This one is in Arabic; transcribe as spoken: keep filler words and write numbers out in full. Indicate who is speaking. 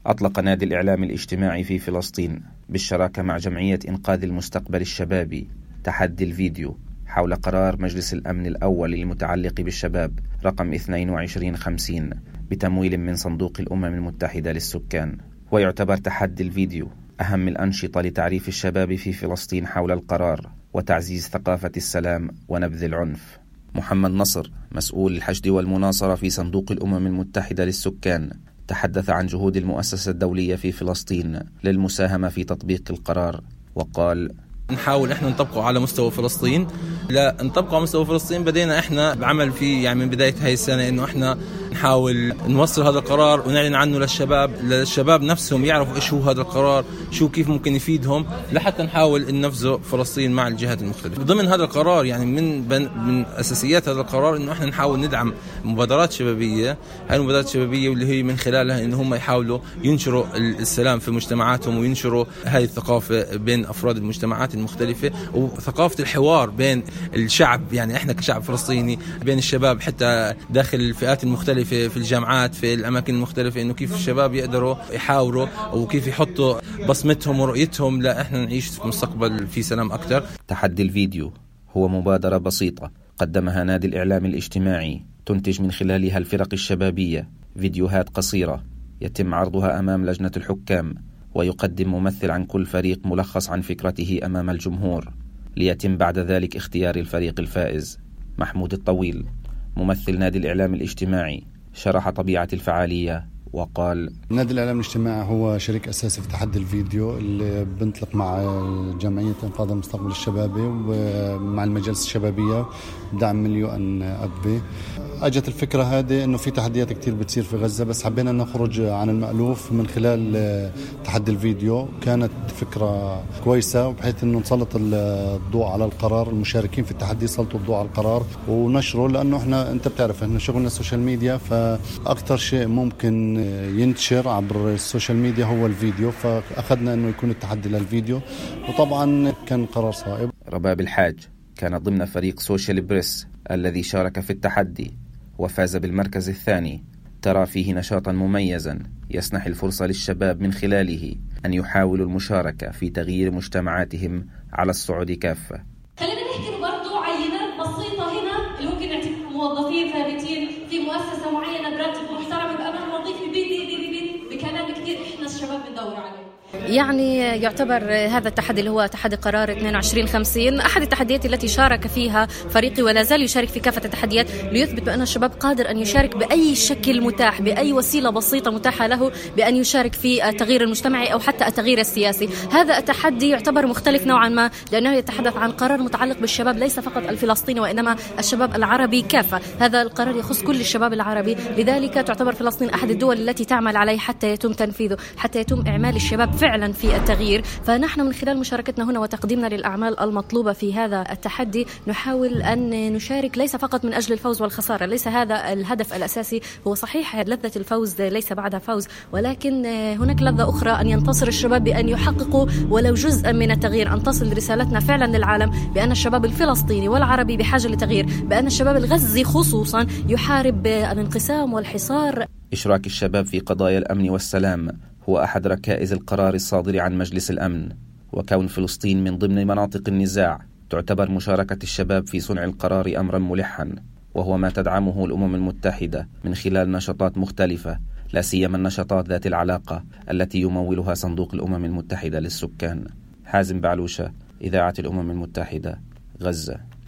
Speaker 1: أطلق نادي الإعلام الاجتماعي في فلسطين بالشراكة مع جمعية إنقاذ المستقبل الشبابي تحدي الفيديو حول قرار مجلس الأمن الأول المتعلق بالشباب رقم اثنين وعشرين خمسين بتمويل من صندوق الأمم المتحدة للسكان. ويعتبر تحدي الفيديو أهم الأنشطة لتعريف الشباب في فلسطين حول القرار وتعزيز ثقافة السلام ونبذ العنف. محمد نصر مسؤول الحشد والمناصرة في صندوق الأمم المتحدة للسكان تحدث عن جهود المؤسسة الدولية في فلسطين للمساهمة في تطبيق القرار وقال:
Speaker 2: نحاول احنا نطبقه على مستوى فلسطين. لا نطبقه على مستوى فلسطين بدينا احنا بعمل فيه يعني من بداية هاي السنة انه احنا نحاول نوصل هذا القرار ونعلن عنه للشباب للشباب نفسهم يعرفوا ايش هو هذا القرار، شو كيف ممكن يفيدهم، لحتى نحاول ننفذه فلسطين مع الجهات المختلفة. ضمن هذا القرار يعني من من اساسيات هذا القرار انه احنا نحاول ندعم مبادرات شبابية. هاي المبادرات الشبابية واللي هي من خلالها ان هم يحاولوا ينشروا السلام في مجتمعاتهم وينشروا هاي الثقافة بين افراد المجتمعات المختلفة وثقافة الحوار بين الشعب، يعني احنا كشعب فلسطيني بين الشباب حتى داخل الفئات المختلفة في الجامعات في الأماكن المختلفة، إنه كيف الشباب يقدروا يحاوروا وكيف يحطوا بصمتهم ورؤيتهم لا إحنا نعيش في مستقبل في سلام أكتر.
Speaker 1: تحدي الفيديو هو مبادرة بسيطة قدمها نادي الإعلام الاجتماعي تنتج من خلالها الفرق الشبابية فيديوهات قصيرة يتم عرضها أمام لجنة الحكام، ويقدم ممثل عن كل فريق ملخص عن فكرته أمام الجمهور، ليتم بعد ذلك اختيار الفريق الفائز. محمود الطويل ممثل نادي الإعلام الاجتماعي شرح طبيعة الفعالية وقال:
Speaker 3: نادي الإعلام الاجتماعي هو شريك أساسي في تحدي الفيديو اللي بنطلق مع جمعية إنقاذ المستقبل الشبابي ومع المجالس الشبابية بدعم من اليو إن أبي. أجت الفكرة هذه إنه في تحديات كتير بتصير في غزة، بس حبينا نخرج عن المألوف من خلال تحدي الفيديو. كانت فكرة كويسة وبحيث إنه نسلط الضوء على القرار، المشاركين في التحدي يسلطوا الضوء على القرار ونشره، لأنه إحنا أنت بتعرف إحنا شغلنا السوشيال ميديا، فأكتر شيء ممكن ينتشر عبر السوشيال ميديا هو الفيديو، فأخذنا إنه يكون التحدي للفيديو، وطبعا كان قرار صائب.
Speaker 1: رباب الحاج كان ضمن فريق سوشيال بريس الذي شارك في التحدي وفاز بالمركز الثاني. ترى فيه نشاطا مميزا يسنح الفرصة للشباب من خلاله أن يحاولوا المشاركة في تغيير مجتمعاتهم على الصعود كافة.
Speaker 4: خلينا نحكي برضو عينات بسيطة هنا اللي ممكن نعتبر موظفين ثابتين في مؤسسة معينة براتب محترم بأمام وظيفي بيت بيت بيت بكلام كثير إحنا الشباب بندور عليه.
Speaker 5: يعني يعتبر هذا التحدي اللي هو تحدي قرار اثنين وعشرين خمسين أحد التحديات التي شارك فيها فريقي ولا زال يشارك في كافة التحديات ليثبت بأن الشباب قادر أن يشارك بأي شكل متاح، بأي وسيلة بسيطة متاحة له بأن يشارك في التغيير المجتمعي أو حتى التغيير السياسي. هذا التحدي يعتبر مختلف نوعا ما لأنه يتحدث عن قرار متعلق بالشباب ليس فقط الفلسطيني وإنما الشباب العربي كافة. هذا القرار يخص كل الشباب العربي، لذلك تعتبر فلسطين أحد الدول التي تعمل عليه حتى يتم تنفيذه، حتى يتم إعمال الشباب فعلا في التغيير. فنحن من خلال مشاركتنا هنا وتقديمنا للأعمال المطلوبة في هذا التحدي نحاول أن نشارك ليس فقط من أجل الفوز والخسارة، ليس هذا الهدف الأساسي. هو صحيح لذة الفوز ليس بعدها فوز، ولكن هناك لذة أخرى أن ينتصر الشباب بأن يحققوا ولو جزءا من التغيير، أن تصل رسالتنا فعلا للعالم بأن الشباب الفلسطيني والعربي بحاجة لتغيير، بأن الشباب الغزي خصوصا يحارب الانقسام والحصار.
Speaker 1: إشراك الشباب في قضايا الأمن والسلام هو أحد ركائز القرار الصادر عن مجلس الأمن، وكون فلسطين من ضمن مناطق النزاع تعتبر مشاركة الشباب في صنع القرار أمرا ملحا، وهو ما تدعمه الأمم المتحدة من خلال نشاطات مختلفة، لا سيما النشاطات ذات العلاقة التي يمولها صندوق الأمم المتحدة للسكان. حازم بعلوشة، إذاعة الأمم المتحدة، غزة.